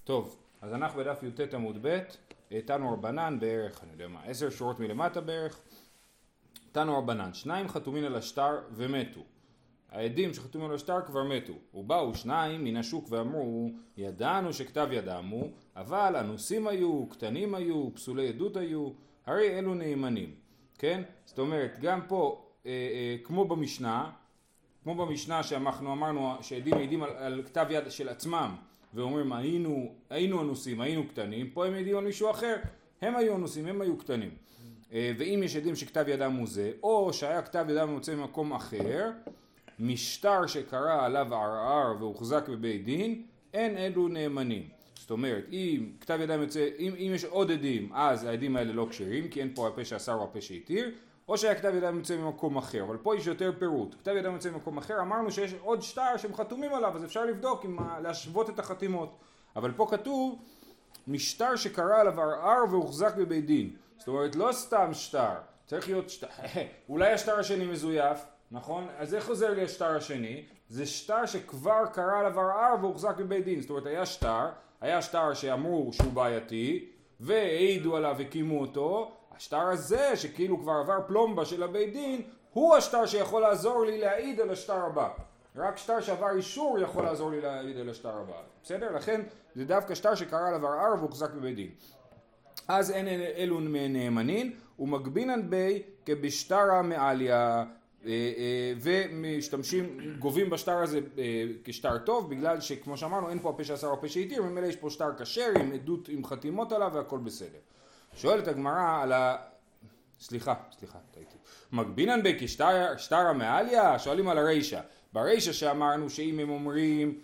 טוב, אז אנחנו בדף י"ט עמוד ב', תנו רבנן בערך, אני יודע מה, 10 שורות מלמטה בערך. תנו רבנן, 2 חתומים על השטר ומתו. העדים שחתומים על השטר כבר מתו. ובאו 2 מן השוק ואמרו, ידענו שכתב ידם הוא, אבל אנוסים היו, קטנים היו, פסולי עדות היו, הרי אלו נאמנים. כן? זאת אומרת, גם פה, כמו במשנה שאנחנו אמרנו שעדים מעידים על כתב יד של עצמם, ואומרים היינו אנוסים, היינו קטנים, פה הם העידים על מישהו אחר, הם היו אנוסים, הם היו קטנים. ואם יש עדים שכתב ידם הוא זה, או שהיה כתב ידם מוצא ממקום אחר, משטר שקרא עליו ערער והוחזק בבית דין, אין אלו נאמנים. זאת אומרת, אם כתב ידם יוצא, אם יש עוד עדים, אז העדים האלה לא כשרים, כי אין פה הפה שאסר או הפה שהתיר, או שהיה כתב ידם יוצא ממקום אחר, אבל פה יש יותר פירוט. כתב ידם יוצא ממקום אחר, אמרנו שיש עוד שטר שהם חתומים עליו, אז אפשר לבדוק, להשוות את החתימות. אבל פה כתוב, משטר שקרא עליו ערער והוחזק בבית דין. זאת אומרת, לא סתם שטר, צריך להיות שטר, אולי השטר השני מזויף, נכון? אז איך עוזר לי השטר השני? זה שטר שכבר קרא עליו ערער והוחזק בבית דין. זאת אומרת, היה שטר שאמרו שהוא בעייתי, והעידו עליו וקימו אותו, השטר הזה שכאילו כבר עבר פלומבה של הבית דין, הוא השטר שיכול לעזור לי להעיד על השטר הבא. רק שטר שעבר אישור יכול לעזור לי להעיד על השטר הבא. בסדר? לכן זה דווקא שטר שקרא עליו ערער והוחזק בבית דין. אז אין אלו נאמנין, ומגבינן בי כבשטרה מעליה, ומשתמשים, גובים בשטר הזה כשטר טוב, בגלל שכמו שאמרנו אין פה הפה שאסר או הפה שהתיר, וממילא יש פה שטר כשר עם עדות עם חתימות עליו והכל בסדר. שואלת הגמרא על סליחה, טעיתי. מגבינן בי כשטרה מעליה, שואלים על הרישה. ברישה שאמרנו שאם הם אומרים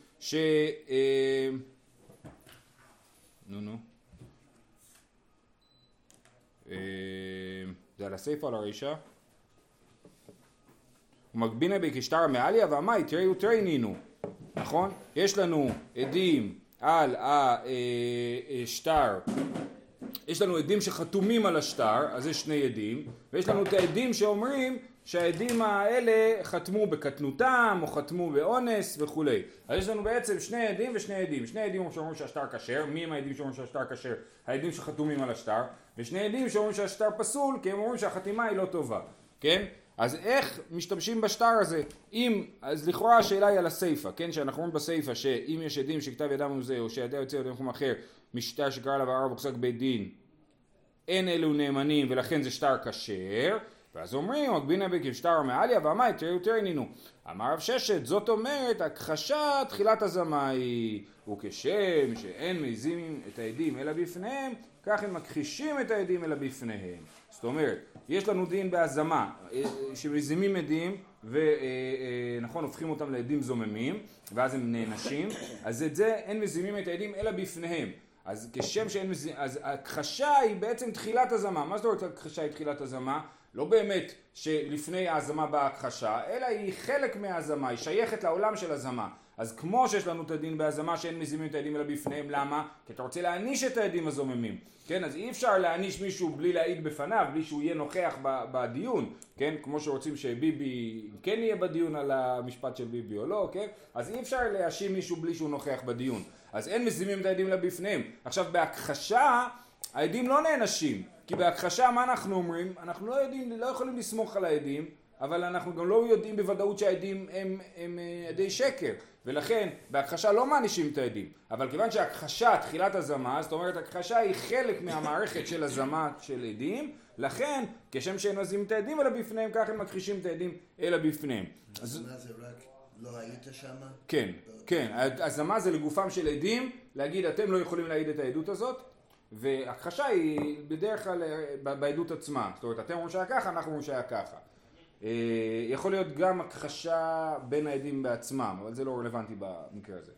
זה על הסייפה על הרישה. ומגבינה בכשטר מעליה ואמי תראי ותראי נינו, נכון? יש לנו עדים על השטר, יש לנו עדים שחתומים על השטר, אז יש 2 עדים, ויש לנו את העדים שאומרים שהעדים האלה חתמו בקטנותם או חתמו באונס וכו'. אז יש לנו בעצם 2 עדים ו2 עדים. 2 עדים שאומרים שהשטר כשר, מי הם העדים שאומרים שהשטר כשר? העדים שחתומים על השטר, ו2 עדים שאומרים שהשטר פסול, כי הם אומרים שהחתימה היא לא טובה, כן? אז איך משתמשים בשטר הזה? אז לכאורה השאלה היא על הסייפה, כן? שאנחנו אומרים בסייפה שאם יש עדים שכתב ידם הוא זה, או שהעדה יוצא ידם במקום אחר, משטר שקרא עליו ערער והוחזק בית דין, אין אלו נאמנים ולכן זה שטר כשר, ואז אומרים, מגבינה בכשטר מעליה ואמי תראי ותראי נינו. אמר רב ששת, זאת אומרת, הכחשה תחילת הזמה היא, וכשם שאין מעיזים את העדים אלא בפניהם, כך הם מכחישים את העדים אלא בפניהם. זאת אומרת, יש לנו דין בהזמה, שמזימים עדים, ונכון, הופכים אותם לעדים זוממים, ואז הם נענשים, אז את זה אין מזימים את העדים אלא בפניהם. אז כשם שאין מזימים, אז הכחשה היא בעצם תחילת הזמה. מה זאת אומרת הכחשה היא תחילת הזמה? לא באמת שלפני ההזמה באה הכחשה, אלא היא חלק מההזמה, היא שייכת לעולם של הזמה. אז כמו שיש לנו את הדין בהזמה שאין מזימים את העדים אלא בפניהם, למה? כי אתה רוצה להעניש את העדים הזוממים, כן? אז אי אפשר להעניש מישהו בלי להעיד בפניו, בלי שהוא יהיה נוכח בדיון, כן? כמו שרוצים שביבי כן יהיה בדיון על המשפט של ביבי או לא, כן? אז אי אפשר להאשים מישהו בלי שהוא נוכח בדיון. אז אין מזימים את העדים אלא בפניהם. עכשיו בהכחשה העדים לא נענשים, כי בהכחשה מה אנחנו אומרים? אנחנו לא יכולים לסמוך על העדים, אבל אנחנו גם לא יודעים בוודאות שהעדים הם עדי שקר, ולכן בהכחשה לא מענישים את העדים. אבל כיוון שהכחשה תחילת הזמה, זאת אומרת הכחשה היא חלק מהמערכת של הזמה של עדים, לכן כשם שהם מזימים את העדים אלא בפניהם, כך הם מכחישים את העדים אלא בפניהם. הזמה זה רק לא היית שם? כן, הזמה זה לגופם של עדים, להגיד אתם לא יכולים להעיד את העדות הזאת, והכחשה היא בדרך כלל בעדות עצמה. זאת אומרת, אתם אומרים שהיה ככה, אנחנו אומרים שהיה ככה. יכול להיות גם הכחשה בין העדים בעצמם, אבל זה לא רלוונטי במקרה הזה.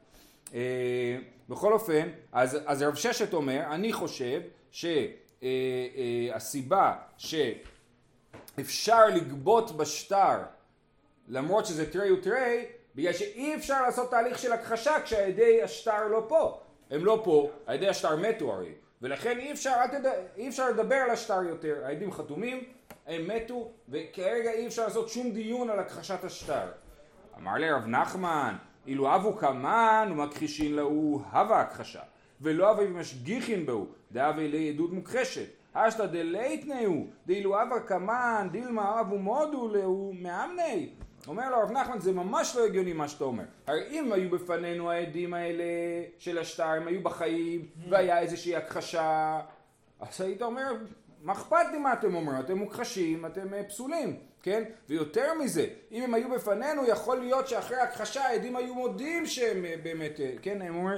בכל אופן, אז רב ששת אומר, אני חושב שהסיבה שאפשר לגבות בשטר, למרות שזה תרי ותרי, בגלל שאי אפשר לעשות תהליך של הכחשה כשהעדי השטר לא פה. הם לא פה, העדי השטר מתו הרי. ולכן אי אפשר לדבר על השטר יותר, העדים חתומים, הם מתו, וכרגע אי אפשר לעשות שום דיון על הכחשת השטר. אמר לי רב נחמן, אילו אבו כמן ומכחישין לו הווה הכחשה, ולא אבי משגיחין בו, דאבי לעדות מוכחשת. אשתא דלייתנהו, דאילו אבר כמן, דילמה אבו מודו להו מאמני. אומר לו רב נחמן, זה ממש לא הגיוני מה שאתה אומר. הרי אם היו בפנינו העדים האלה של השטר, הם היו בחיים, והיה איזושהי הכחשה, אז היית אומר, מה אכפת לי מה אתם אומרים? אתם מוכחשים, אתם פסולים, כן? ויותר מזה, אם הם היו בפנינו, יכול להיות שאחרי הכחשה העדים היו מודים שהם באמת, כן? הם אומרים,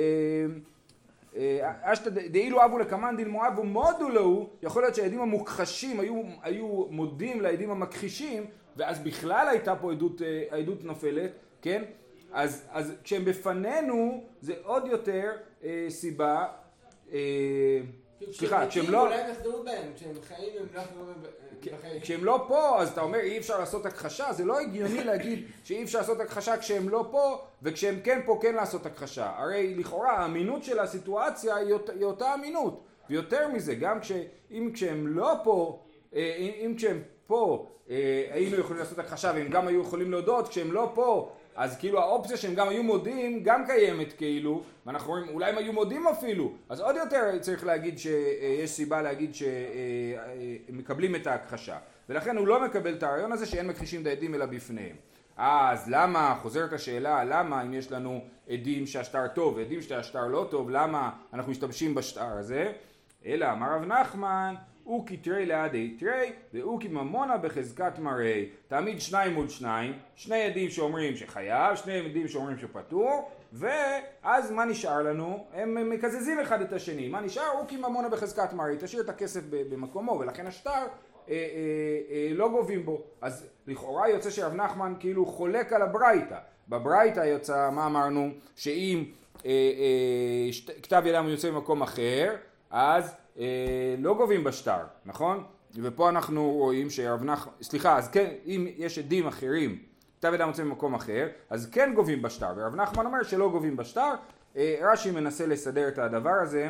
דאילו אבו לקמן דילמו אבו מודו לו, יכול להיות שהעדים המוכחשים היו מודים לעדים המכחישים, ואז בכלל הייתה פה עדות נופלת, כן? אז כשהם בפנינו זה עוד יותר סיבה, סליחה, כשהם לא... אולי נחזרו בהם, כשהם חיים הם לא חזרו בחיים. כשהם לא פה, אז אתה אומר אי אפשר לעשות הכחשה, זה לא הגיוני להגיד שאי אפשר לעשות הכחשה כשהם לא פה, וכשהם כן פה כן לעשות הכחשה. הרי לכאורה האמינות של הסיטואציה היא אותה אמינות, ויותר מזה, גם כשהם לא פה, אם כשהם פה היינו יכולים לעשות הכחשה והם גם היו יכולים להודות, כשהם לא פה אז כאילו האופציה שהם גם היו מודים גם קיימת כאילו, ואנחנו רואים אולי הם היו מודים אפילו, אז עוד יותר צריך להגיד שיש סיבה להגיד שהם מקבלים את ההכחשה, ולכן הוא לא מקבל את הרעיון הזה שאין מכחישים את העדים אלא בפניהם. אז למה, חוזרת השאלה, למה אם יש לנו עדים שהשטר טוב ועדים שהשטר לא טוב, למה אנחנו משתמשים בשטר הזה? אלא אמר רב נחמן, הוא כתרי לעדי תרי והוא כממונה בחזקת מראי. תעמיד 2 מול 2, שני עדים שאומרים שחייב, שני עדים שאומרים שפטור, ואז מה נשאר לנו? הם מקזזים אחד את השני. מה נשאר? הוא כממונה בחזקת מראי, תשאיר את הכסף במקומו, ולכן השטר לא גובים בו. אז לכאורה יוצא שרב נחמן כאילו חולק על הברייתא. בברייתא יוצא, מה אמרנו? שאם כתב ידם יוצא ממקום אחר, אז לא גובים בשטר, נכון? ופה אנחנו רואים שרב נחמן, סליחה, אז כן, אם יש עדים אחרים, כתב ידם יוצא ממקום אחר, אז כן גובים בשטר, ורב נחמן אומר שלא גובים בשטר. רש"י מנסה לסדר את הדבר הזה,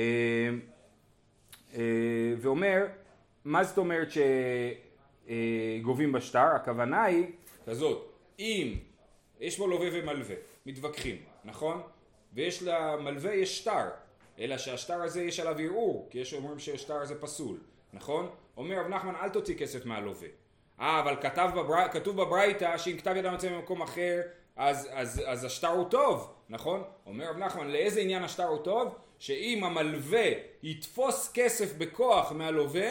ואומר, מה זאת אומרת שגובים בשטר? הכוונה היא כזאת, אם יש בו לווה ומלווה, מתווכחים, נכון? ויש למלווה יש שטר, אלא שהשטר הזה יש עליו ערעור, כי יש אומרים שהשטר הזה פסול, נכון? אומר רב נחמן, אל תוציא כסף מהלווה. אבל כתוב בברייתא שאם כתב ידם יוצא ממקום אחר, אז השטר הוא טוב, נכון? אומר רב נחמן, לאיזה עניין השטר הוא טוב? שאם המלווה יתפוס כסף בכוח מהלווה,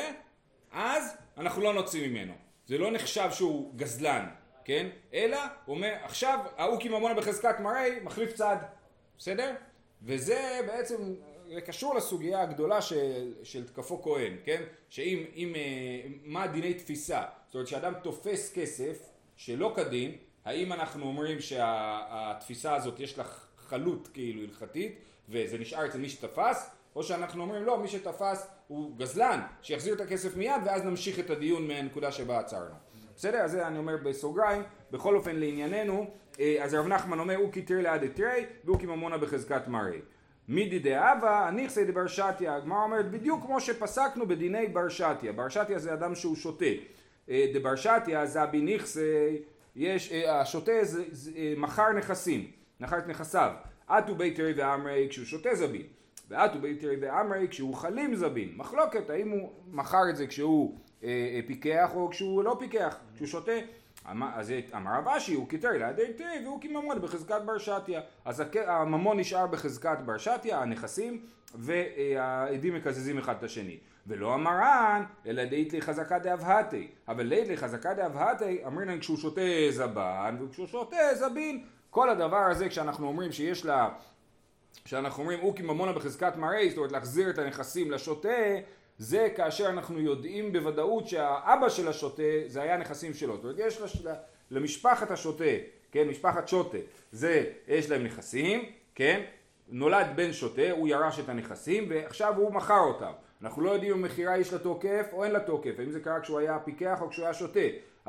אז אנחנו לא נוציא ממנו. זה לא נחשב שהוא גזלן, כן? אלא, הוא אומר, עכשיו, ההוא כממונה בחזקת מראי, מחליף צד, בסדר? וזה בעצם קשור לסוגיה הגדולה של תקפו כהן, כן? שאם, מה דיני תפיסה? זאת אומרת, שאדם תופס כסף שלא כדין, האם אנחנו אומרים שהתפיסה הזאת יש לה חלות כאילו הלכתית, וזה נשאר אצל מי שתפס, או שאנחנו אומרים לא, מי שתפס הוא גזלן, שיחזיר את הכסף מיד ואז נמשיך את הדיון מהנקודה שבה עצרנו. בסדר? אז זה אני אומר בסוגריים, בכל אופן לענייננו, אז רב נחמן אומר הוא כתרי לעדי תרי והוא כממונה בחזקת מראי. מידי דאבה, הניכסי דברשתיה, הגמרא אומרת בדיוק כמו שפסקנו בדיני ברשתיה. ברשתיה זה אדם שהוא שוטה. דברשתיה זה בניכסי, השוטה מכר נכסים, מכר את נכסיו. אתו בית תרי ואמרי כשהוא שוטה זבין, ואתו בית תרי ואמרי כשהוא חלים זבין. מחלוקת האם הוא מכר את זה כשהוא פיקח או כשהוא לא פיקח, כשהוא שוטה. אז אמר רב אשי הוא כתרי לעדי תרי והוא כממון בחזקת ברשתיה. אז הממון נשאר בחזקת ברשתיה, הנכסים, והעדים מקזזים אחד את השני. ולא אמרן אלא דאית לי חזקה דאבהתי, אבל דאית לי חזקה דאבהתי אמרינן כשהוא שותה זבן וכשהוא שותה זבין. כל הדבר הזה כשאנחנו אומרים שיש לה, כשאנחנו אומרים הוא כממונה בחזקת מראי, זאת אומרת להחזיר את הנכסים לשוטה, זה כאשר אנחנו יודעים בוודאות שהאבא של השוטה זה היה נכסים שלו. זאת אומרת יש למשפחת השוטה, כן, משפחת שוטה, זה יש להם נכסים, כן, נולד בן שוטה, הוא ירש את הנכסים ועכשיו הוא מכר אותם. אנחנו לא יודעים אם מחירה יש לה תוקף או אין לה תוקף, אם זה קרה כשהוא היה פיקח או כשהוא היה שוטה.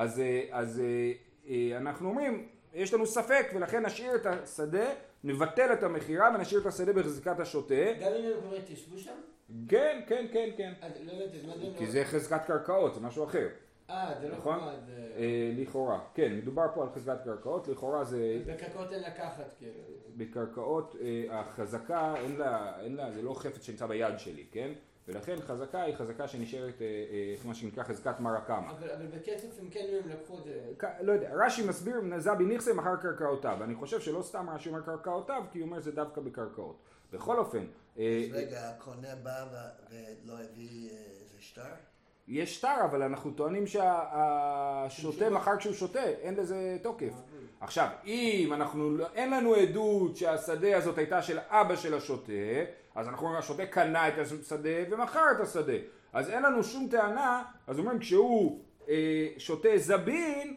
אז אנחנו אומרים יש לנו ספק ולכן נשאיר את השדה, נבטל את המחירה ונשאיר את השדה בחזקת השוטה. גם אם הם כבר תשבו שם? כן, כן, כן, כן. לא יודעת, מה זה? כי זה חזקת קרקעות, זה משהו אחר. זה לא נכון? חומה, לכאורה, כן, מדובר פה על חזקת קרקעות, לכאורה זה... בקרקעות אין לקחת, כאילו. בקרקעות החזקה אין לה, זה לא חפץ שנמצא ביד שלי, כן? ולכן חזקה היא חזקה שנשארת, מה שנקרא חזקת מרקמה. אבל בכסף הם כן הם לקחו את זה. לא יודע, רש"י מסביר, זבי נכסה מחר קרקעותיו, אני חושב שלא סתם רש"י אומר קרקעותיו, כי הוא אומר זה דווקא בקרקעות. בכל אופן... אז רגע, הקונה בא ולא הביא איזה שטר? יש שטר, אבל אנחנו טוענים שהשוטה מחר כשהוא שותה, אין לזה תוקף. עכשיו, אם אין לנו עדות שהשדה הזאת הייתה של אבא של השוטה, אז אנחנו אומרים, השוטה קנה את השדה ומכר את השדה. אז אין לנו שום טענה, אז אומרים, כשהוא שותה זבין,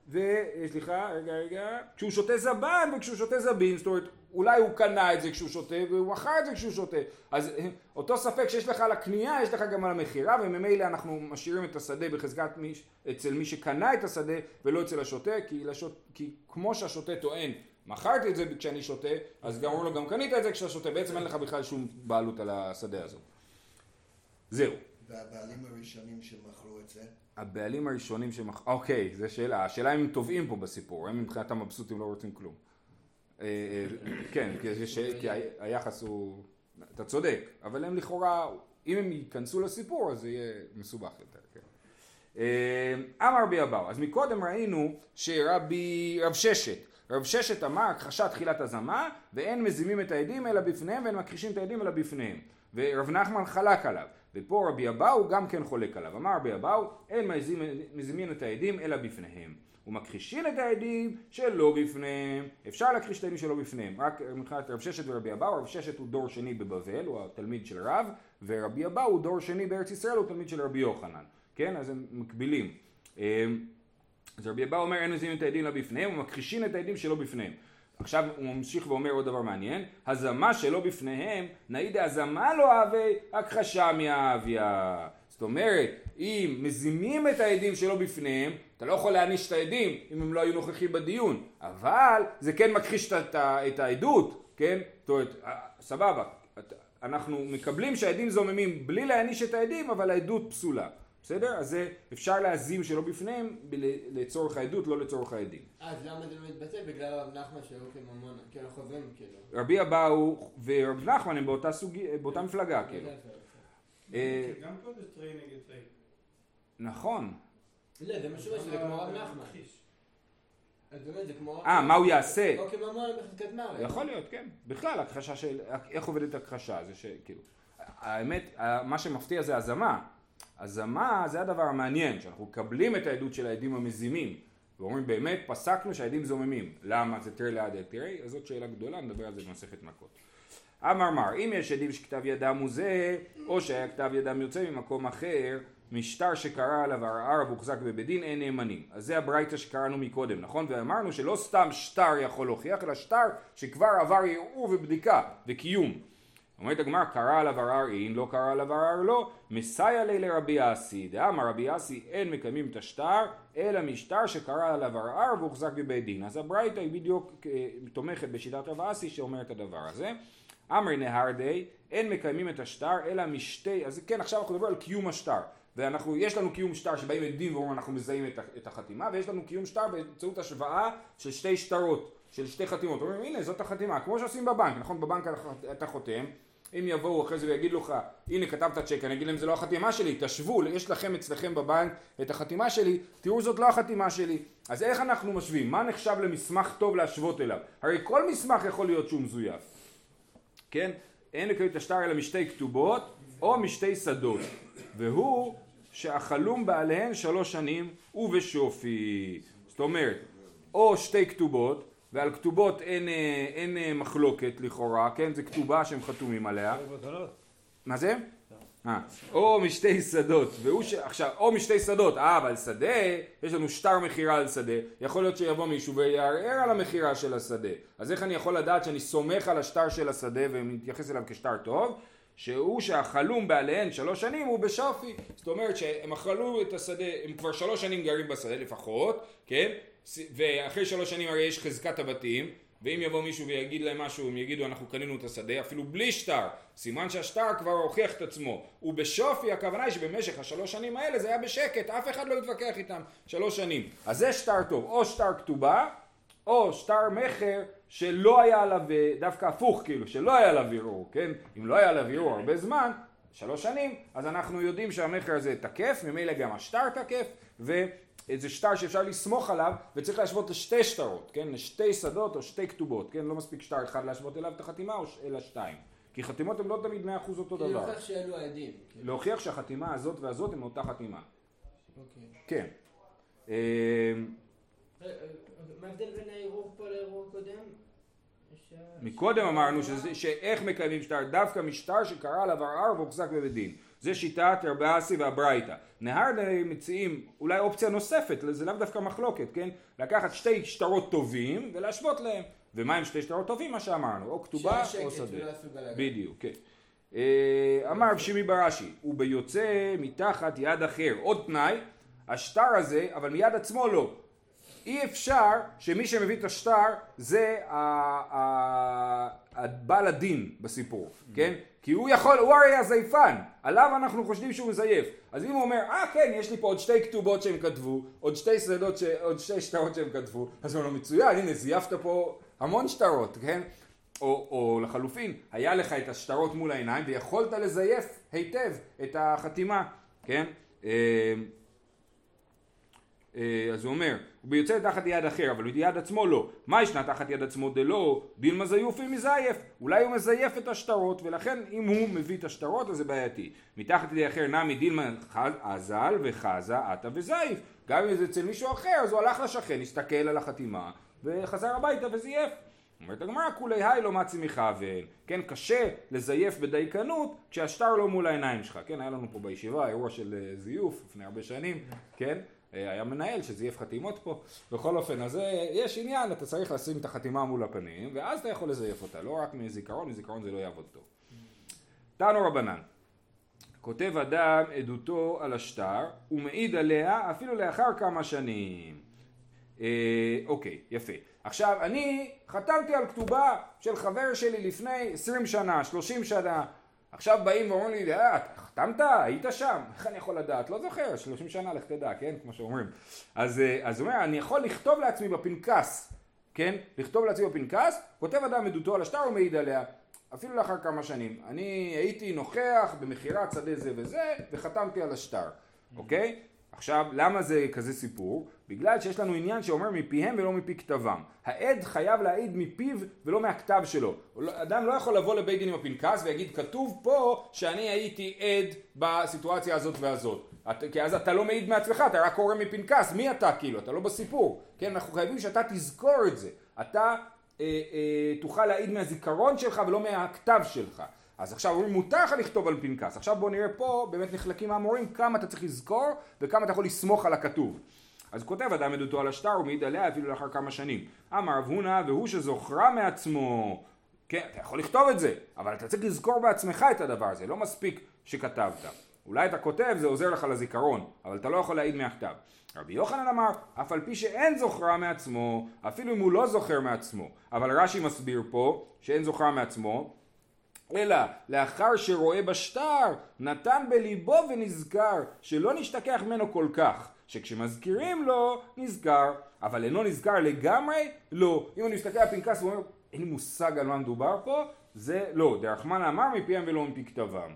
כשהוא שותה זבן וכשהוא שותה זבין, זאת אומרת, אולי הוא קנה את זה כשהוא שותה והוא מכר את זה כשהוא שותה. אז אותו ספק שיש לך על הקנייה, יש לך גם על המחירה, וממילא אנחנו משאירים את השדה בחזקת אצל מי שקנה את השדה ולא אצל השותה, כי כמו שהשותה טוען, מכרתי את זה כשאני שותה, אז גם אומרים לו, גם קנית את זה כשאתה שותה, בעצם אין לך בכלל שום בעלות על השדה הזאת. זהו. והבעלים הראשונים שמכרו את זה? הבעלים הראשונים אוקיי, זו שאלה. השאלה אם הם טובעים פה בסיפור, הם מבחינת המבסוטים לא רוצים כלום. כן, כי היחס הוא... אתה צודק, אבל הם לכאורה, אם הם ייכנסו לסיפור, אז זה יהיה מסובך יותר. אמר רבי אבאו, אז מקודם ראינו רב ששת אמר, הכחשה תחילת הזמה, ואין מזימים את העדים אלא בפניהם, ואין מכחישים את העדים אלא בפניהם. ורב נחמן חלק עליו, ופה רבי אבאו גם כן חולק עליו. אמר רבי אבאו, אין מזימים את העדים אלא בפניהם. ומכחישים את העדים שלא בפניהם. אפשר להכחיש את העדים שלא בפניהם. רק מבחינת רב ששת ורבי אבאו, רב ששת הוא דור שני בבבל, הוא התלמיד של רב, ורבי אבאו הוא דור שני בארץ ישראל, הוא תלמיד של רבי יוחנן. כן? אז הם מקבילים. אז רבי אבאו אומר, אין מזימים את העדים אלא בפניהם, ומכחישים את העדים שלא בפניהם. עכשיו הוא ממשיך ואומר עוד דבר מעניין, הזמה שלא בפניהם, נעיד הזמה לא אהבי, הכחשה מאהביה. זאת אומרת, אם מזימים את העדים שלא בפניהם, אתה לא יכול להעניש את העדים אם הם לא היו נוכחים בדיון, אבל זה כן מכחיש את העדות, כן? זאת אומרת, סבבה, אנחנו מקבלים שהעדים זוממים בלי להעניש את העדים, אבל העדות פסולה. בסדר? אז זה אפשר להזים שלא בפניהם לצורך העדות, לא לצורך העדים. אז למה זה לא מתבטא? בגלל רב נחמן שלו כממון, כאילו חוזרים כאילו. רבי אבאו ורב נחמן הם באותה מפלגה, כאילו. גם פה זה טרי נגד טרי. נכון. לא, זה משהו שזה כמו רב נחמן. אז באמת זה כמו... מה הוא יעשה? או כממון בחזקת מוות. יכול להיות, כן. בכלל, הכחשה של... איך עובדת הכחשה? זה שכאילו... האמת, מה שמפתיע זה הזמה. הזמה זה הדבר המעניין, שאנחנו מקבלים את העדות של העדים המזימים, ואומרים באמת פסקנו שהעדים זוממים. למה? זה תראה ליד תראה, אז זאת שאלה גדולה, נדבר על זה במסכת מכות. אמר, אם יש עדים שכתב ידם הוא זה, או שהיה כתב ידם יוצא ממקום אחר, משטר שקרא עליו ערער והוחזק בבית דין, אין נאמנים. אז זה הברייתא שקראנו מקודם, נכון? ואמרנו שלא סתם שטר יכול להוכיח, אלא שטר שכבר עבר ערעור ובדיקה וקיום. אומרת הגמרא, קרא עליו ערער אין, לא קרא עליו ערער לא, מסייע לי לרבי אסי. דאמר רבי אסי, אין מקיימים את השטר, אלא משטר שקרא עליו ערער והוחזק בבית דין. אז הברייתא היא בדיוק תומכת בשיטת רבי אסי שאומר את הדבר הזה. אמרי נהרדי, אין מקיימים את השטר, אלא משתי, אז כן, עכשיו אנחנו מדברים על קיום השטר. יש לנו קיום שטר שבאים עדים ואומרים אנחנו מזהים את החתימה, ויש לנו קיום שטר באמצעות השוואה של שתי שטרות, של שתי חתימות. אומרים, הנה, זאת החתימה, כמו שעושים בבנק, נכון? בבנק אתה חותם, אם יבואו אחרי זה ויגיד לך, הנה כתבת צ'ק, אני אגיד להם זה לא החתימה שלי, תשוו, יש לכם אצלכם בבנק את החתימה שלי, תראו זאת לא החתימה שלי. אז איך אנחנו משווים? מה נחשב למסמך טוב להשוות אליו? הרי כל מסמך יכול להיות שהוא מזויף. כן? אין לקיים את השטר אלא משתי כתובות או משתי שדות. והוא שהחלום בעליהן 3 שנים ובשופי. זאת אומרת, או שתי כתובות, ועל כתובות אין מחלוקת לכאורה, כן? זה כתובה שהם חתומים עליה. מה זה? או משתי שדות, עכשיו, או משתי שדות, אבל שדה, יש לנו שטר מחירה על שדה, יכול להיות שיבוא מישהו ויערער על המחירה של השדה. אז איך אני יכול לדעת שאני סומך על השטר של השדה ומתייחס אליו כשטר טוב? שהוא שהחלום בעליהן 3 שנים הוא בשופי. זאת אומרת שהם אכלו את השדה, הם כבר 3 שנים גרים בשדה לפחות, כן? ואחרי 3 שנים הרי יש חזקת הבתים, ואם יבוא מישהו ויגיד להם משהו, הם יגידו אנחנו קנינו את השדה, אפילו בלי שטר, סימן שהשטר כבר הוכיח את עצמו. ובשופי הכוונה היא שבמשך 3 שנים האלה זה היה בשקט, אף אחד לא התווכח איתם 3 שנים. אז זה שטר טוב, או שטר כתובה, או שטר מחר שלא היה עליו, דווקא הפוך כאילו, שלא היה עליו ערעור, כן? אם לא היה עליו ערעור הרבה זמן, 3 שנים, אז אנחנו יודעים שהמחר הזה תקף, ממילא גם השטר תקף, וזה שטר שאפשר לסמוך עליו, וצריך להשוות לשתי שטרות, כן? לשתי שדות או שתי כתובות, כן? לא מספיק שטר אחד להשוות אליו את החתימה, אלא 2. כי חתימות הן לא תמיד 100% אותו דבר. להוכיח שאלו העדים. להוכיח שהחתימה הזאת והזאת הן אותה חתימה. אוקיי. כן. מה ההבדל בין הערעור פה לערעור קודם? מקודם אמרנו שאיך מקיימים שטר, דווקא משטר שקרא עליו ערער והוחזק בבית דין. זה שיטת רבי אסי והברייתא. נהרדה מציעים אולי אופציה נוספת, זה לאו דווקא מחלוקת, כן? לקחת 2 שטרות טובים ולהשוות להם. ומה עם 2 שטרות טובים? מה שאמרנו, או כתובה או שדה. בדיוק, כן. אמר שימי ברש"י, וביוצא מתחת יד אחר. עוד תנאי, השטר הזה, אבל מיד עצמו לא. אי אפשר שמי שמביא את השטר זה בעל הדין בסיפור, כן? כי הוא הרי הזייפן, עליו אנחנו חושבים שהוא מזייף. אז אם הוא אומר, כן, יש לי פה עוד 2 כתובות שהם כתבו, עוד 2 שטרות שהם כתבו, אז הוא לא מצוין, הנה, זייפת פה המון שטרות, כן? או לחלופין, היה לך את השטרות מול העיניים ויכולת לזייף היטב את החתימה, כן? אז הוא אומר, הוא ביוצא תחת יד אחר, אבל ביד עצמו לא. מה ישנה תחת יד עצמו דלא? דילמה זיוף אם מזייף. אולי הוא מזייף את השטרות, ולכן אם הוא מביא את השטרות אז זה בעייתי. מתחת יד אחר נמי דילמה אזל וחזה עתה וזייף. גם אם זה אצל מישהו אחר, אז הוא הלך לשכן, הסתכל על החתימה, וחזר הביתה וזייף. אומרת הגמרא, כולי היי לא מצי מכוון. כן, קשה לזייף בדייקנות כשהשטר לא מול העיניים שלך. כן, היה לנו פה בישיבה אירוע של זיוף לפני הרבה שנים, כן? היה מנהל שזייף חתימות פה. בכל אופן, אז יש עניין, אתה צריך לשים את החתימה מול הפנים, ואז אתה יכול לזייף אותה, לא רק מזיכרון זה לא יעבוד טוב. תנו רבנן, כותב אדם עדותו על השטר, ומעיד עליה אפילו לאחר כמה שנים. אוקיי, יפה. עכשיו, אני חתמתי על כתובה של חבר שלי לפני 20 שנה, 30 שנה, עכשיו באים ואומרים לי, חתמת? היית שם? איך אני יכול לדעת? לא זוכר, 30 שנה לך תדע, כן? כמו שאומרים. אז הוא אומר, אני יכול לכתוב לעצמי בפנקס, כן? לכתוב לעצמי בפנקס, כותב אדם עדותו על השטר ומעיד עליה, אפילו לאחר כמה שנים. אני הייתי נוכח במכירת שדה זה וזה, וחתמתי על השטר, אוקיי? עכשיו, למה זה כזה סיפור? בגלל שיש לנו עניין שאומר מפיהם ולא מפי כתבם. העד חייב להעיד מפיו ולא מהכתב שלו. אדם לא יכול לבוא לבית דין עם הפנקס ויגיד, כתוב פה שאני הייתי עד בסיטואציה הזאת והזאת. כי אז אתה לא מעיד מעצמך, אתה רק קורא מפנקס. מי אתה כאילו? אתה לא בסיפור. כן, אנחנו חייבים שאתה תזכור את זה. אתה תוכל להעיד מהזיכרון שלך ולא מהכתב שלך. אז עכשיו אומרים מותר לך לכתוב על פנקס. עכשיו בוא נראה פה, באמת נחלקים האמורים, כמה אתה צריך לזכור וכמה אתה יכול לסמוך על הכתוב. אז כותב אדם עדותו על השטר ומעיד עליה אפילו לאחר כמה שנים. אמר רב הונא והוא שזוכרה מעצמו. כן, אתה יכול לכתוב את זה, אבל אתה צריך לזכור בעצמך את הדבר הזה, לא מספיק שכתבת. אולי אתה כותב, זה עוזר לך לזיכרון, אבל אתה לא יכול להעיד מהכתב. רבי יוחנן אמר, אף על פי שאין זוכרה מעצמו, אפילו אם הוא לא זוכר מעצמו. אבל רש"י מסביר פה שאין זוכרה מעצמו, אלא לאחר שרואה בשטר נתן בליבו ונזכר שלא נשתכח ממנו כל כך, שכשמזכירים לו נזכר, אבל אינו נזכר לגמרי לא. אם אני מסתכל על פנקס ואומר אין לי מושג על מה מדובר פה, זה לא, דרחמן אמר מפיהם ולא מפי כתבם.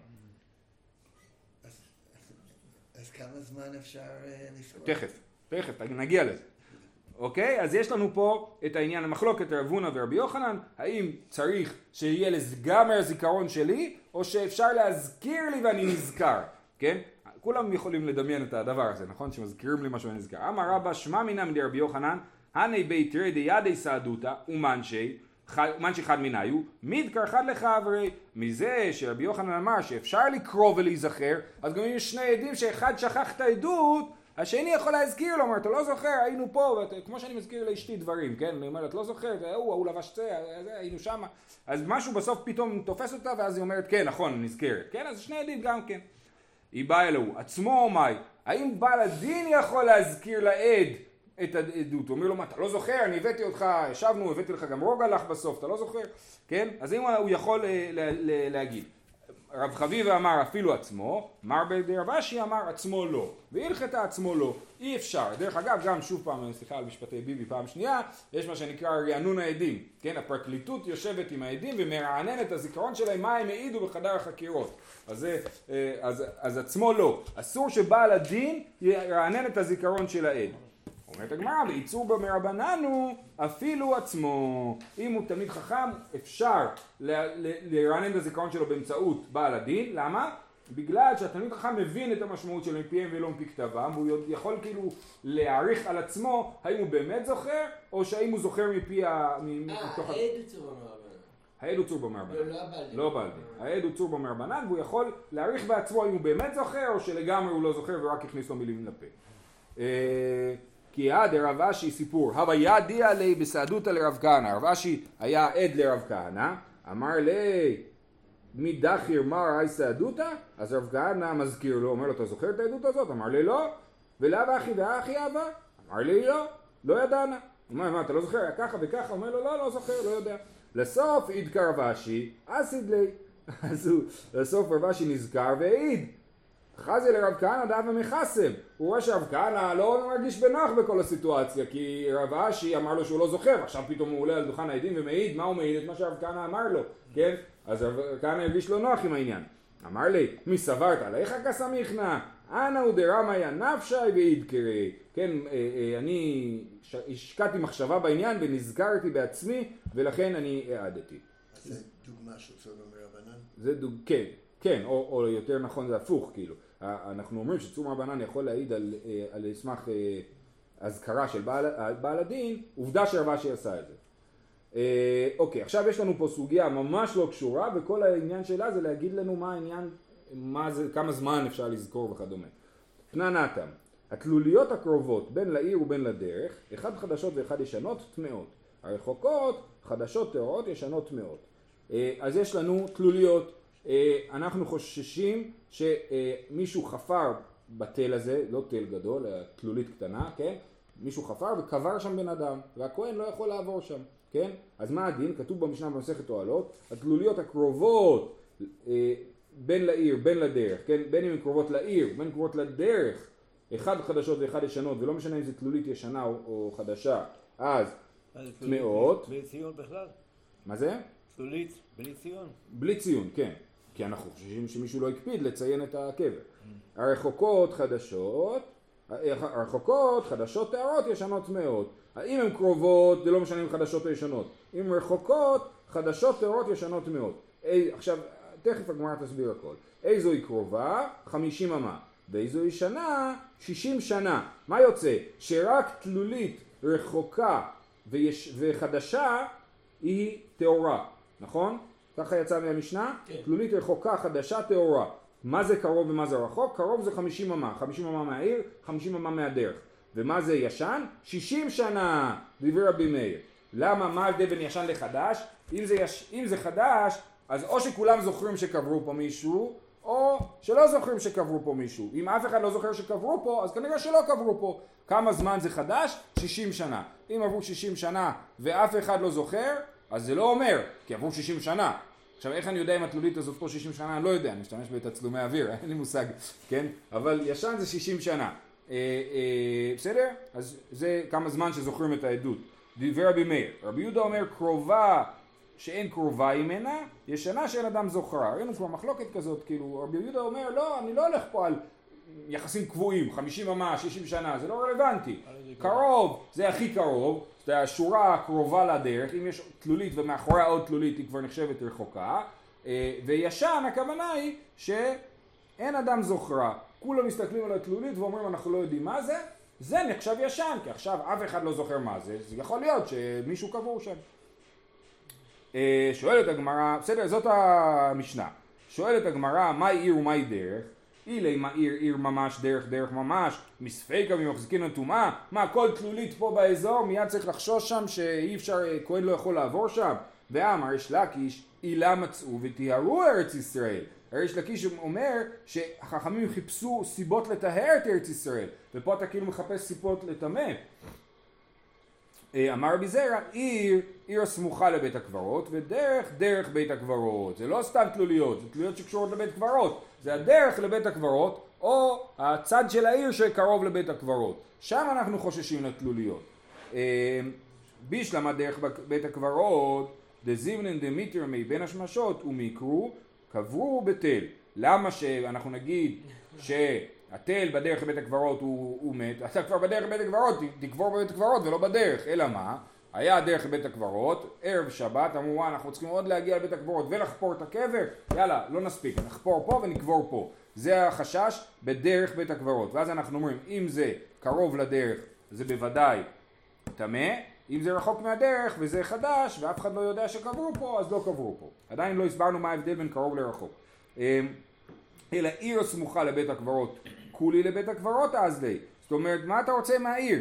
אז כמה זמן אפשר לזכור? תכף נגיע לזה. אוקיי? אז יש לנו פה את העניין המחלוקת רב הונא ורבי יוחנן, האם צריך שיהיה לגמרי הזיכרון שלי, או שאפשר להזכיר לי ואני נזכר, כן? כולם יכולים לדמיין את הדבר הזה, נכון? שמזכירים לי משהו ואני נזכר. אמר רבא שמע מינא מרבי יוחנן, הני ביתרי דידי סעדותא ומנשי חד מניו, מדקר חד לחברי. מזה שרבי יוחנן אמר שאפשר לקרוא ולהיזכר, אז גם יש 2 עדים שאחד שכח את העדות, השני יכול להזכיר לו, אומר, אתה לא זוכר, היינו פה, כמו שאני מזכיר לאשתי דברים, כן? אני אומר, את לא זוכרת, הוא לבש צה, היינו שמה. אז משהו בסוף פתאום תופס אותה, ואז היא אומרת, כן, נכון, נזכרת. כן, אז 2 עדים גם כן. היא באה אלוהו, עצמו או מאי, האם בעל הדין יכול להזכיר לעד את העדות, הוא אומר לו, מה, אתה לא זוכר, אני הבאתי אותך, ישבנו, הבאתי לך גם רוג הלך בסוף, אתה לא זוכר, כן? אז אם הוא יכול להגיד. רב חביבה אמר אפילו עצמו, מר רב אשי אמר עצמו לא, והלכתה עצמו לא, אי אפשר. דרך אגב, גם שוב פעם, סליחה על משפטי ביבי פעם שנייה, יש מה שנקרא רענון העדים, כן? הפרקליטות יושבת עם העדים ומרענן את הזיכרון שלהם מה הם העידו בחדר החקירות. אז עצמו לא, אסור שבעל הדין ירענן את הזיכרון של העד. אומרת הגמרא, בעיצור במרבננו אפילו עצמו. אם הוא תלמיד חכם אפשר לרענן את הזיכרון שלו באמצעות בעל הדין. למה? בגלל שהתלמיד חכם מבין את המשמעות שלו מפיהם ולא מפי כתבם, והוא יכול כאילו להעריך על עצמו האם הוא באמת זוכר או שהאם הוא זוכר מפי העד הוא צור במרבנן. העד הוא צור במרבנן. לא בעל דין. העד הוא צור במרבנן והוא יכול להעריך בעצמו אם הוא באמת זוכר או שלגמרי הוא לא זוכר ורק הכניס לו מילים לפה. כי עד רב אשי סיפור, הוויה דיה לי בסעדותא לרב כהנא, רב אשי היה עד לרב כהנא, אמר לי מי דחיר מר אי סעדותא? אז רב כהנא מזכיר לו, אומר לו אתה זוכר את העדות הזאת? אמר לי לא, ולאו אחי ואחי אבא? אמר לי לא, לא ידענה. אומר מה אתה לא זוכר, ככה וככה? אומר לו לא זוכר, לא יודע. לסוף עידקה רב אשי, אסיד לי, אז לסוף רב אשי נזכר והעיד. חזי לרב כהנא דאבה מחסם, הוא רואה שרב כהנא לא מרגיש בנוח בכל הסיטואציה, כי רב אשי אמר לו שהוא לא זוכר, עכשיו פתאום הוא עולה על דוכן העדים ומעיד, מה הוא מעיד? את מה שרב כהנא אמר לו, כן? אז רב כהנא הרגיש לו נוח עם העניין. אמר לי, מי סברת עליך כסמיכנא? אנא הוא דרמיה נפשי וידקרי, כן, אני השקעתי מחשבה בעניין ונזכרתי בעצמי ולכן אני העדתי. אז זה דוגמה של צור במרבנן? זה כן, או יותר נכון זה הפוך, כאילו. אנחנו אומרים שצור מרבנן יכול להעיד על סמך הזכרה של בעל הדין, עובדה שרב אשי עשה את זה. אוקיי, עכשיו יש לנו פה סוגיה ממש לא קשורה, וכל העניין שלה זה להגיד לנו מה העניין, כמה זמן אפשר לזכור וכדומה. תננתם, התלוליות הקרובות בין לעיר ובין לדרך, אחד חדשות ואחד ישנות טמאות. הרחוקות, חדשות טהורות, ישנות טמאות. אז יש לנו תלוליות. אנחנו חוששים שמישהו חפר בתל הזה, לא תל גדול, תלולית קטנה, כן? מישהו חפר וקבר שם בן אדם, והכהן לא יכול לעבור שם, כן? אז מה הדין? כתוב במשנה במסכת אוהלות, התלוליות הקרובות בין לעיר, בין לדרך, כן? בין אם הן קרובות לעיר, בין קרובות לדרך, אחד חדשות ואחד ישנות, ולא משנה אם זה תלולית ישנה או חדשה, אז טמאות. בלי ציון בכלל? מה זה? תלולית, בלי ציון. בלי ציון, כן. כי אנחנו חושבים שמישהו לא הקפיד לציין את הקבר. הרחוקות חדשות טהרות ישנות טמאות. אם הן קרובות, זה לא משנה אם חדשות או ישנות. אם רחוקות, חדשות טהרות ישנות טמאות. עכשיו, תכף הגמרא תסביר הכל. איזו היא קרובה? 50 אמה. ואיזו היא שנה? 60 שנה. מה יוצא? שרק תלולית רחוקה וחדשה היא טהורה. נכון? ככה יצא מהמשנה? כן. תלולית רחוקה, חדשה, טהורה. מה זה קרוב ומה זה רחוק? קרוב זה 50 אמה. 50 אמה מהעיר, 50 אמה מהדרך. ומה זה ישן? 60 שנה, דברי רבי מאיר. למה? מה ההבדל בין ישן לחדש? אם זה חדש, אז או שכולם זוכרים שקברו פה מישהו, או שלא זוכרים שקברו פה מישהו. אם אף אחד לא זוכר שקברו פה, אז כנראה שלא קברו פה. כמה זמן זה חדש? 60 שנה. אם עברו 60 שנה ואף אחד לא זוכר, אז זה לא אומר, כי עברו 60 שנה. עכשיו איך אני יודע אם התלולית הזאת פה 60 שנה? אני לא יודע, אני משתמש בתצלומי אוויר, אין לי מושג, כן? אבל ישן זה 60 שנה. בסדר? אז זה כמה זמן שזוכרים את העדות. דברי רבי מאיר, רבי יהודה אומר קרובה שאין קרובה ממנה, ישנה שאין אדם זוכרה. ראינו כבר מחלוקת כזאת, כאילו רבי יהודה אומר לא, אני לא הולך פה על יחסים קבועים, 50 אמה, 60 שנה, זה לא רלוונטי. קרוב, זה הכי קרוב, זה השורה הקרובה לדרך, אם יש תלולית ומאחוריה עוד תלולית היא כבר נחשבת רחוקה, וישן הכוונה היא שאין אדם זוכרה. כולם מסתכלים על התלולית ואומרים אנחנו לא יודעים מה זה, זה נחשב ישן, כי עכשיו אף אחד לא זוכר מה זה, זה יכול להיות שמישהו קבור שם. שואלת הגמרא, בסדר, זאת המשנה. שואלת הגמרא, מהי עיר ומהי דרך? אילי מה עיר ממש, דרך ממש, מספיקה ממחזיקין הטומאה, מה כל תלולית פה באזור מיד צריך לחשוש שם שאי אפשר, כהן לא יכול לעבור שם? ואמר יש לקיש, אילה מצאו וטיהרו ארץ ישראל. יש לקיש אומר שהחכמים חיפשו סיבות לטהר את ארץ ישראל, ופה אתה כאילו מחפש סיבות לטמא. אמר רבי זרע, עיר הסמוכה לבית הקברות, ודרך בית הקברות. זה לא סתם תלוליות, זה תלוליות שקשורות לבית קברות. זה הדרך לבית הקברות, או הצד של העיר שקרוב לבית הקברות. שם אנחנו חוששים לתלוליות. בישלמה דרך בית הקברות, דזיבנן דמיטר מבין השמשות ומיקרו, קברו בתל. למה שאנחנו נגיד שהתל בדרך לבית הקברות הוא מת, אתה כבר בדרך לבית הקברות, תקבור בבית הקברות ולא בדרך, אלא מה? היה הדרך לבית הקברות, ערב שבת, אמרו אנחנו צריכים עוד להגיע לבית הקברות ולחפור את הקבר, יאללה, לא נספיק, נחפור פה ונקבור פה. זה החשש בדרך בית הקברות. ואז אנחנו אומרים, אם זה קרוב לדרך, זה בוודאי טמא, אם זה רחוק מהדרך וזה חדש ואף אחד לא יודע שקברו פה, אז לא קברו פה. עדיין לא הסברנו מה ההבדל בין קרוב לרחוק. אלא עיר סמוכה לבית הקברות, כולי לבית הקברות אז לי. זאת אומרת, מה אתה רוצה מהעיר?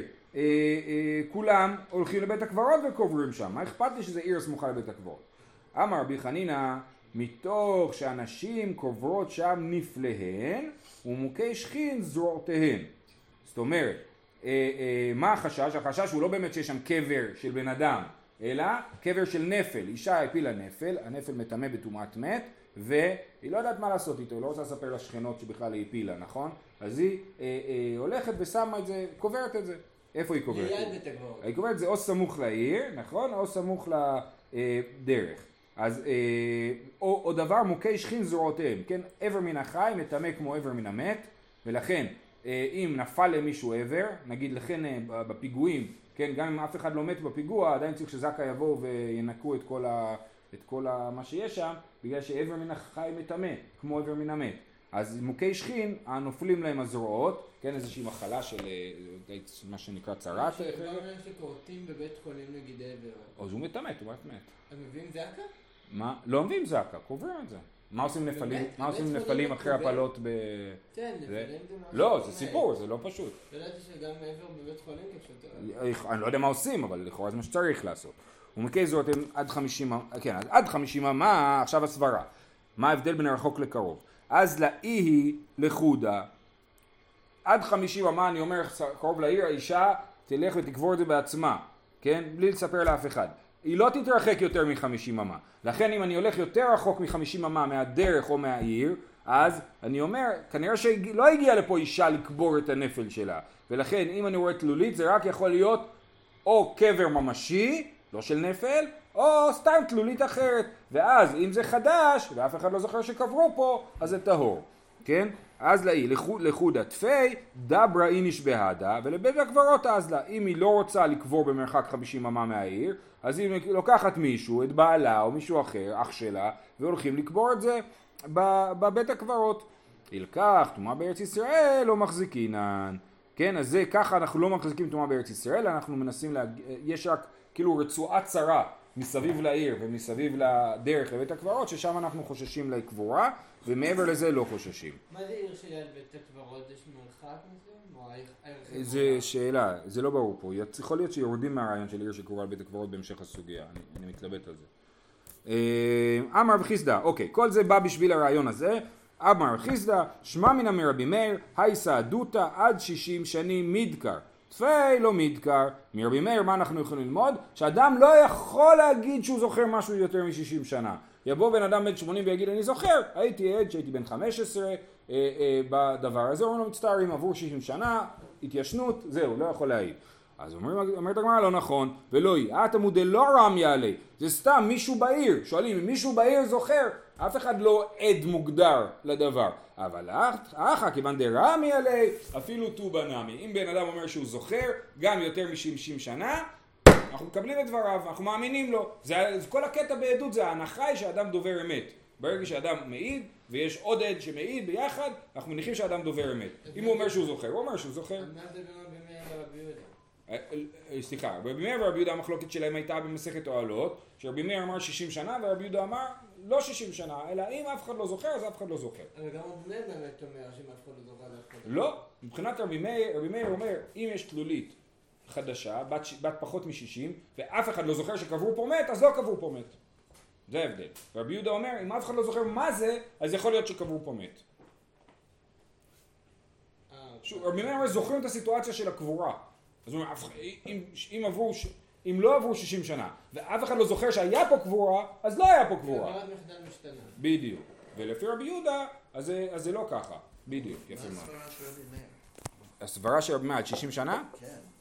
כולם הולכים לבית הקברות וקוברים שם. מה אכפת לי שזה עיר סמוכה לבית הקברות? אמר רבי חנינא, מתוך שאנשים קוברות שם נפליהן ומוכי שכין זרועותיהן. זאת אומרת, מה החשש? החשש הוא לא באמת שיש שם קבר של בן אדם, אלא קבר של נפל. אישה הפילה נפל, הנפל מטמא בטומאת מת, והיא לא יודעת מה לעשות איתו, היא לא רוצה לספר לשכנות שבכלל היא הפילה, נכון? אז היא הולכת ושמה את זה, קוברת את זה. איפה היא קוברת? ליד בית הקברות. היא קוברת את זה או סמוך לעיר, נכון? או סמוך לדרך. אז או דבר מוכי שכין זרועותיהם, כן? עבר מן החי מטמא כמו עבר מן המת, ולכן אם נפל למישהו עבר, נגיד לכן בפיגועים, כן? גם אם אף אחד לא מת בפיגוע, עדיין צריך שזקה יבואו וינקו את כל מה שיש שם, בגלל שעבר מן החי מטמא, כמו עבר מן המת. אז מוכי שכין, הנופלים להם הזרועות, כן, איזושהי מחלה של מה שנקרא צרת. גם אנשים שקורטים בבית חולים נגיד עבר. אז הוא מטמא, הוא מטמא. הם מביאים זקה? מה? לא מביאים זקה, קוברים את זה. מה עושים נפלים? מה עושים נפלים אחרי הפלות ב... כן, נפלים זה משהו... לא, זה סיפור, זה לא פשוט. ידעתי שגם עבר בבית חולים כפשוט... אני לא יודע מה עושים, אבל לכאורה זה מה שצריך לעשות. ומכי זאת הם עד 50, כן, עד 50 מה, עכשיו הסברה. מה ההבדל בין הרחוק לקרוב? אז לאי היא לחודה. עד 50 מה אני אומר קרוב לעיר, האישה תלך ותקבור את זה בעצמה, כן? בלי לספר לאף אחד. היא לא תתרחק יותר מ-50 מה. לכן אם אני הולך יותר רחוק מ-50 מה מהדרך או מהעיר, אז אני אומר, כנראה שלא הגיעה לפה אישה לקבור את הנפל שלה. ולכן אם אני רואה תלולית זה רק יכול להיות או קבר ממשי, לא של נפל, או סתם תלולית אחרת. ואז אם זה חדש, ואף אחד לא זוכר שקברו פה, אז זה טהור. כן? אז לאי, לחודה תפי, דברה איניש בהדה, ולבית הקברות אז לה. אם היא לא רוצה לקבור במרחק 50 מה מהעיר, אז היא לוקחת מישהו, את בעלה או מישהו אחר, אח שלה, והולכים לקבור את זה בבית הקברות. ילקח, תומה בארץ ישראל, לא מחזיקינן. כן, אז זה ככה אנחנו לא מחזיקים תומה בארץ ישראל, אנחנו מנסים יש רק כאילו רצועה צרה מסביב לעיר ומסביב לדרך לבית הקברות, ששם אנחנו חוששים לקבורה, ומעבר לזה לא חוששים. מה זה עיר שליד בית הקברות? יש מרחק מסוים? זה שאלה, זה לא ברור פה. יכול להיות שיורדים מהרעיון של עיר שקבורה על בית הקברות בהמשך הסוגיה, אני מתלבט על זה. אמר וחיסדא, אוקיי, כל זה בא בשביל הרעיון הזה. אמר וחיסדא, שמע מן מרבי מאיר, היסא דותא עד 60 שנים מדקר. תפי לא מדקר. מרבי מאיר מה אנחנו יכולים ללמוד? שאדם לא יכול להגיד שהוא זוכר משהו יותר מ-60 שנה. יבוא בן אדם בן 80 ויגיד אני זוכר, הייתי עד שהייתי בן 15 בדבר הזה, אומרים לו מצטערים עבור 60 שנה, התיישנות, זהו, לא יכול להעיד. אז אומרת הגמרא לא נכון, ולא היא, אתה מודה לא רמי עלי, זה סתם מישהו בעיר, שואלים אם מישהו בעיר זוכר, אף אחד לא עד מוגדר לדבר, אבל אחא כיוון דרמי עלי, אפילו טובה נמי, אם בן אדם אומר שהוא זוכר, גם יותר מ-60 שנה, אנחנו מקבלים את דבריו, אנחנו מאמינים לו, כל הקטע בעדות זה ההנחה היא שהאדם דובר אמת, ברגע שאדם מעיד ויש עוד עד שמעיד ביחד, אנחנו מניחים שהאדם דובר אמת, אם הוא אומר שהוא זוכר, הוא אומר שהוא זוכר. מה זה ברבי מאיר ורבי יהודה? סליחה, רבי מאיר ורבי יהודה המחלוקת שלהם הייתה במסכת אוהלות, שרבי מאיר אמר 60 שנה ורבי יהודה אמר לא 60 שנה, אלא אם אף אחד לא זוכר אז אף אחד לא זוכר. אבל גם רבי מאיר באמת אומר שאם אף אחד לא זוכר אז אף אחד לא, מבחינת רבי מאיר אומר אם יש תלולית חדשה, בת פחות מ-60 ואף אחד לא זוכר שקברו פה מת, אז לא קברו פה מת. זה ההבדל. רבי יהודה אומר אם אף אחד לא זוכר מה זה, אז יכול להיות שקברו פה מת. רבי מאיר אומר זוכרים את הסיטואציה של הקבורה. אז הוא אומר, אם עברו אם לא עברו 60 שנה, ואף אחד לא זוכר שהיה פה קבורה, אז לא היה פה קבורה. ברירת מחדל משתנה. בדיוק. ולפי רבי יהודה, אז זה לא ככה. בדיוק, יפה מה מאוד. הסברה של רבי מאיר? הסברה של רבי מאיר עד 60 שנה? כן.